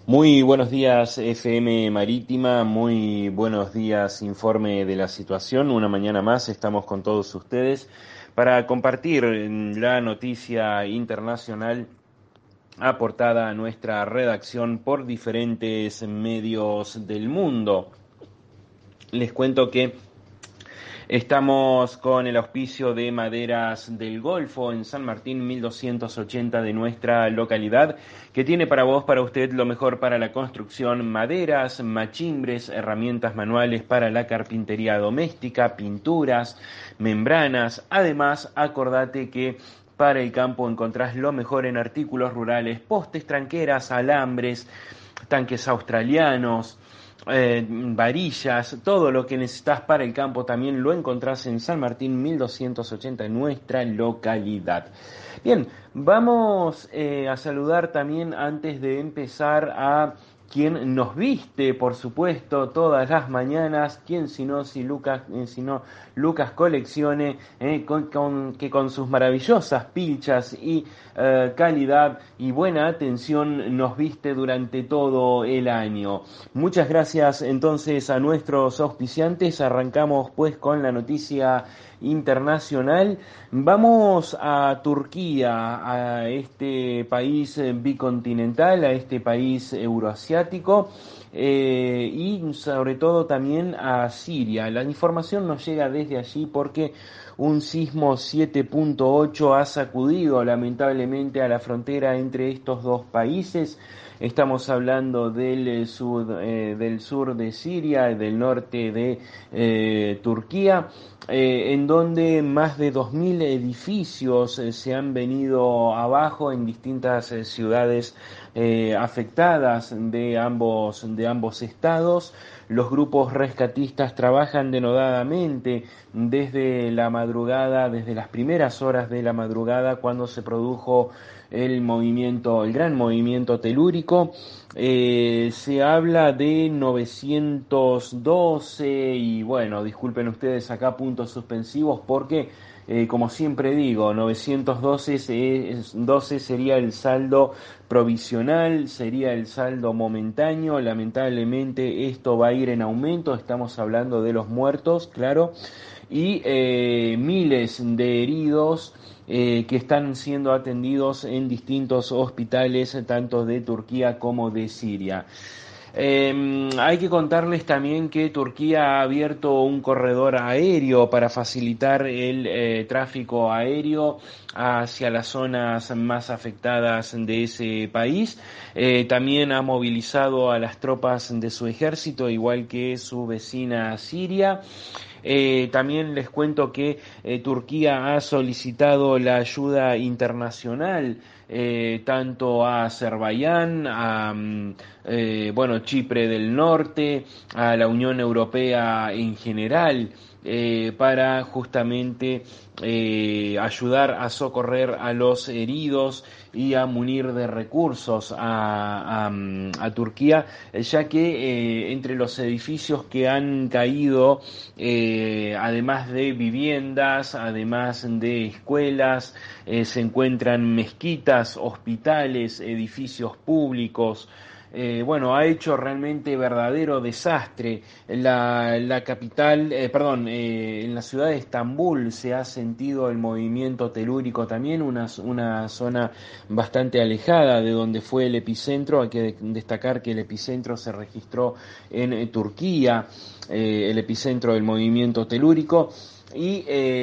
Muy buenos días, FM Marítima, muy buenos días, informe de la situación. Una mañana más estamos con todos ustedes para compartir la noticia internacional aportada a nuestra redacción por diferentes medios del mundo. Les cuento que estamos con el auspicio de Maderas del Golfo en San Martín 1280 de nuestra localidad, que tiene para vos, para usted, lo mejor para la construcción: maderas, machimbres, herramientas manuales para la carpintería doméstica, pinturas, membranas. Además, acordate que para el campo encontrás lo mejor en artículos rurales: postes, tranqueras, alambres, tanques australianos, varillas, todo lo que necesitas para el campo también lo encontrás en San Martín 1280 en nuestra localidad. Bien, vamos a saludar también, antes de empezar, a quien nos viste, por supuesto, todas las mañanas. Quien sino Lucas Coleccione, que con sus maravillosas pilchas y calidad y buena atención nos viste durante todo el año. Muchas gracias entonces a nuestros auspiciantes. Arrancamos pues con la noticia internacional. Vamos a Turquía, a este país bicontinental, a este país euroasiático, y sobre todo también a Siria. La información nos llega desde allí porque un sismo 7.8 ha sacudido lamentablemente a la frontera entre estos dos países. Estamos hablando del sur de Siria, del norte de Turquía, en donde más de 2.000 edificios se han venido abajo en distintas ciudades afectadas de ambos estados. Los grupos rescatistas trabajan denodadamente desde la madrugada, desde las primeras horas de la madrugada, cuando se produjo el gran movimiento telúrico. Se habla de 912 y bueno, disculpen ustedes acá puntos suspensivos porque, como siempre digo, 912 sería el saldo provisional, sería el saldo momentáneo. Lamentablemente esto va a ir en aumento, estamos hablando de los muertos, claro, y miles de heridos que están siendo atendidos en distintos hospitales, tanto de Turquía como de Siria. Hay que contarles también que Turquía ha abierto un corredor aéreo para facilitar el tráfico aéreo hacia las zonas más afectadas de ese país. También ha movilizado a las tropas de su ejército, igual que su vecina Siria. También les cuento que Turquía ha solicitado la ayuda internacional, tanto a Azerbaiyán, a Chipre del Norte, a la Unión Europea en general, para justamente ayudar a socorrer a los heridos y a munir de recursos a Turquía, ya que entre los edificios que han caído, además de viviendas, además de escuelas, se encuentran mezquitas, hospitales, edificios públicos. Ha hecho realmente verdadero desastre. La capital, en la ciudad de Estambul se ha sentido el movimiento telúrico también, una zona bastante alejada de donde fue el epicentro. Hay que destacar que el epicentro se registró en Turquía, el epicentro del movimiento telúrico. Y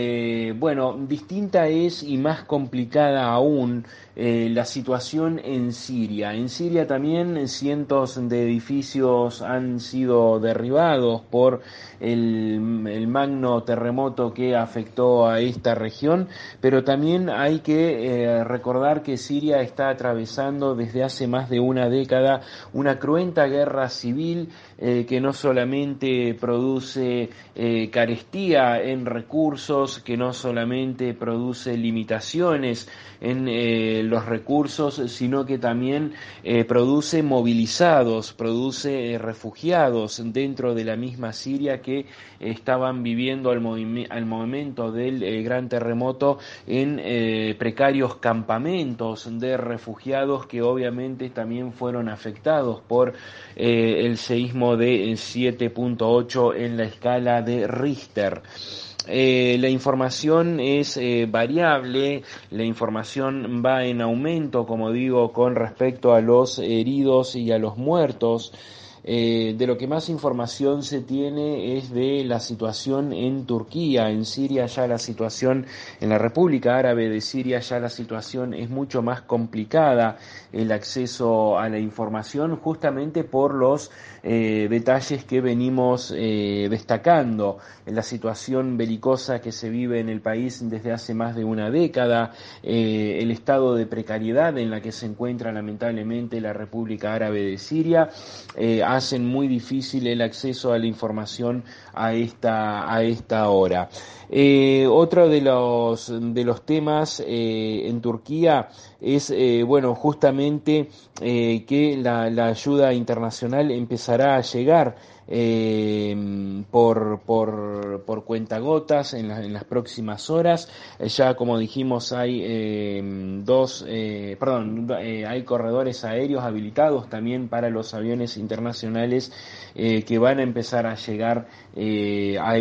distinta es y más complicada aún la situación en Siria. En Siria también cientos de edificios han sido derribados por el magno terremoto que afectó a esta región, pero también hay que recordar que Siria está atravesando desde hace más de una década una cruenta guerra civil que no solamente produce carestía en recursos, que no solamente produce limitaciones en los recursos, sino que también produce movilizados, produce refugiados dentro de la misma Siria que estaban viviendo al momento del gran terremoto en precarios campamentos de refugiados que obviamente también fueron afectados por el seísmo de 7.8 en la escala de Richter. La información es variable, la información va en aumento, como digo, con respecto a los heridos y a los muertos. De lo que más información se tiene es de la situación en Turquía. En Siria ya la situación, en la República Árabe de Siria ya la situación es mucho más complicada, el acceso a la información, justamente por los detalles que venimos destacando. La situación belicosa que se vive en el país desde hace más de una década, el estado de precariedad en la que se encuentra lamentablemente la República Árabe de Siria, hacen muy difícil el acceso a la información a esta hora. Otro de los temas en Turquía es bueno, justamente que la ayuda internacional empezará a llegar por cuentagotas en las próximas horas. Ya como dijimos hay hay corredores aéreos habilitados también para los aviones internacionales que van a empezar a llegar a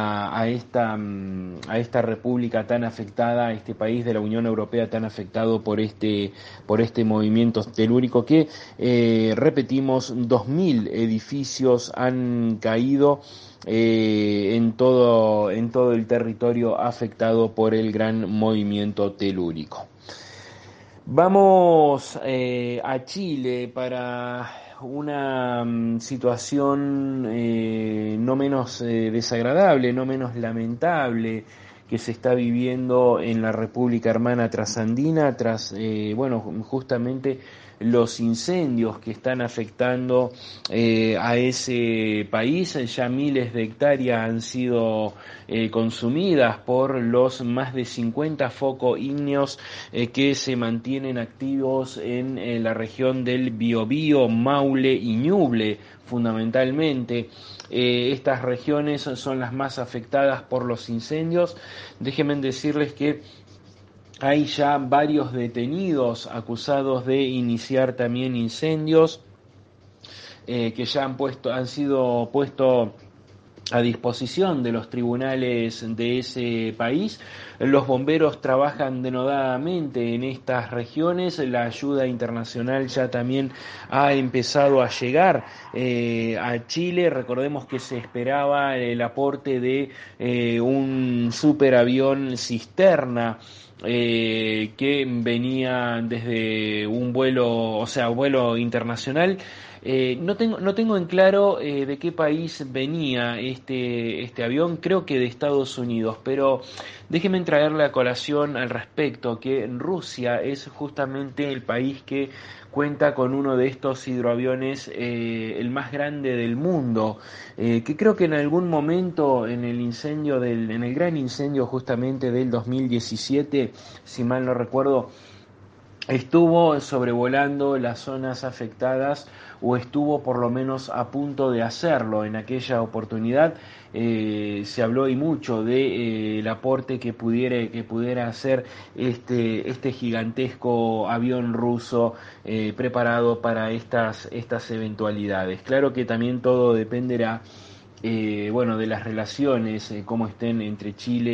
esta república tan afectada, a este país de la Unión Europea tan afectado por este movimiento telúrico que repetimos, 2000 edificios han caído en todo el territorio afectado por el gran movimiento telúrico. Vamos a Chile para una situación no menos desagradable, no menos lamentable, que se está viviendo en la República Hermana Trasandina tras, justamente los incendios que están afectando a ese país. Ya miles de hectáreas han sido consumidas por los más de 50 focos ígneos que se mantienen activos en la región del Biobío, Maule y Ñuble, fundamentalmente. Estas regiones son las más afectadas por los incendios. Déjenme decirles que hay ya varios detenidos acusados de iniciar también incendios que ya han sido puestos a disposición de los tribunales de ese país. Los bomberos trabajan denodadamente en estas regiones. La ayuda internacional ya también ha empezado a llegar a Chile. Recordemos que se esperaba el aporte de un superavión cisterna que venía desde un vuelo internacional. No tengo en claro de qué país venía este avión, creo que de Estados Unidos, pero déjenme traerle a colación al respecto que Rusia es justamente el país que cuenta con uno de estos hidroaviones, el más grande del mundo, que creo que en algún momento en el gran incendio justamente del 2017, si mal no recuerdo, estuvo sobrevolando las zonas afectadas o estuvo por lo menos a punto de hacerlo en aquella oportunidad. Se habló y mucho de el aporte que pudiera hacer este gigantesco avión ruso preparado para estas eventualidades. Claro que también todo dependerá de las relaciones, cómo estén entre Chile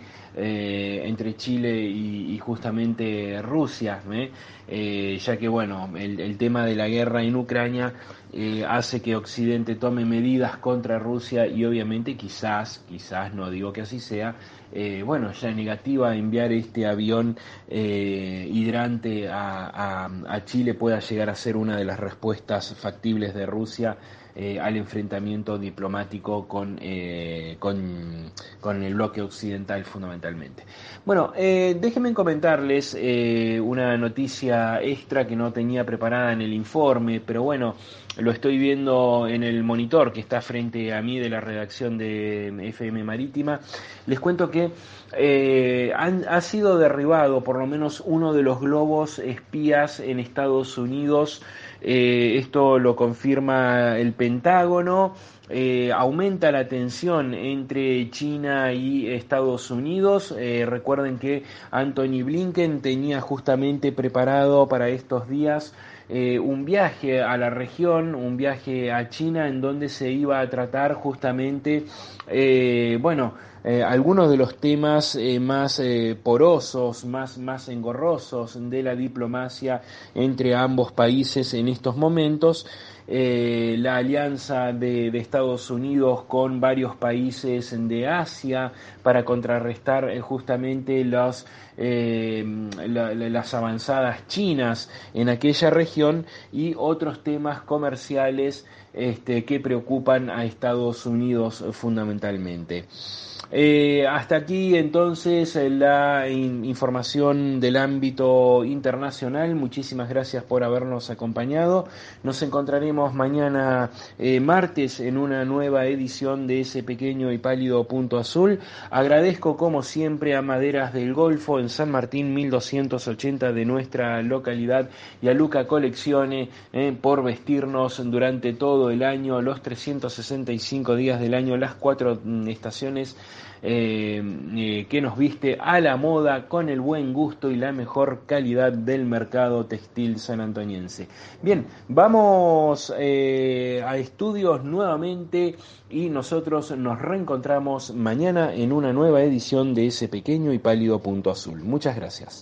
y justamente Rusia, ya que el tema de la guerra en Ucrania hace que Occidente tome medidas contra Rusia y obviamente quizás, no digo que así sea, ya negativa enviar este avión hidrante a Chile pueda llegar a ser una de las respuestas factibles de Rusia al enfrentamiento diplomático con el bloque occidental fundamental. fundamentalmente. Bueno, déjenme comentarles una noticia extra que no tenía preparada en el informe, pero bueno, lo estoy viendo en el monitor que está frente a mí de la redacción de FM Marítima. Les cuento que ha sido derribado por lo menos uno de los globos espías en Estados Unidos. Esto lo confirma el Pentágono. Aumenta la tensión entre China y Estados Unidos. Recuerden que Anthony Blinken tenía justamente preparado para estos días un viaje a la región, un viaje a China, en donde se iba a tratar justamente, algunos de los temas más porosos, más engorrosos de la diplomacia entre ambos países en estos momentos. La alianza de Estados Unidos con varios países de Asia para contrarrestar justamente las avanzadas chinas en aquella región, y otros temas comerciales que preocupan a Estados Unidos fundamentalmente. Hasta aquí entonces la información del ámbito internacional. Muchísimas gracias por habernos acompañado. Nos encontraremos mañana martes en una nueva edición de ese pequeño y pálido punto azul. Agradezco como siempre a Maderas del Golfo en San Martín 1280 de nuestra localidad, y a Luca Coleccione por vestirnos durante todo el año, los 365 días del año, las 4 estaciones, que nos viste a la moda con el buen gusto y la mejor calidad del mercado textil sanantoniense. Bien, vamos a estudios nuevamente, y nosotros nos reencontramos mañana en una nueva edición de ese pequeño y pálido punto azul. Muchas gracias.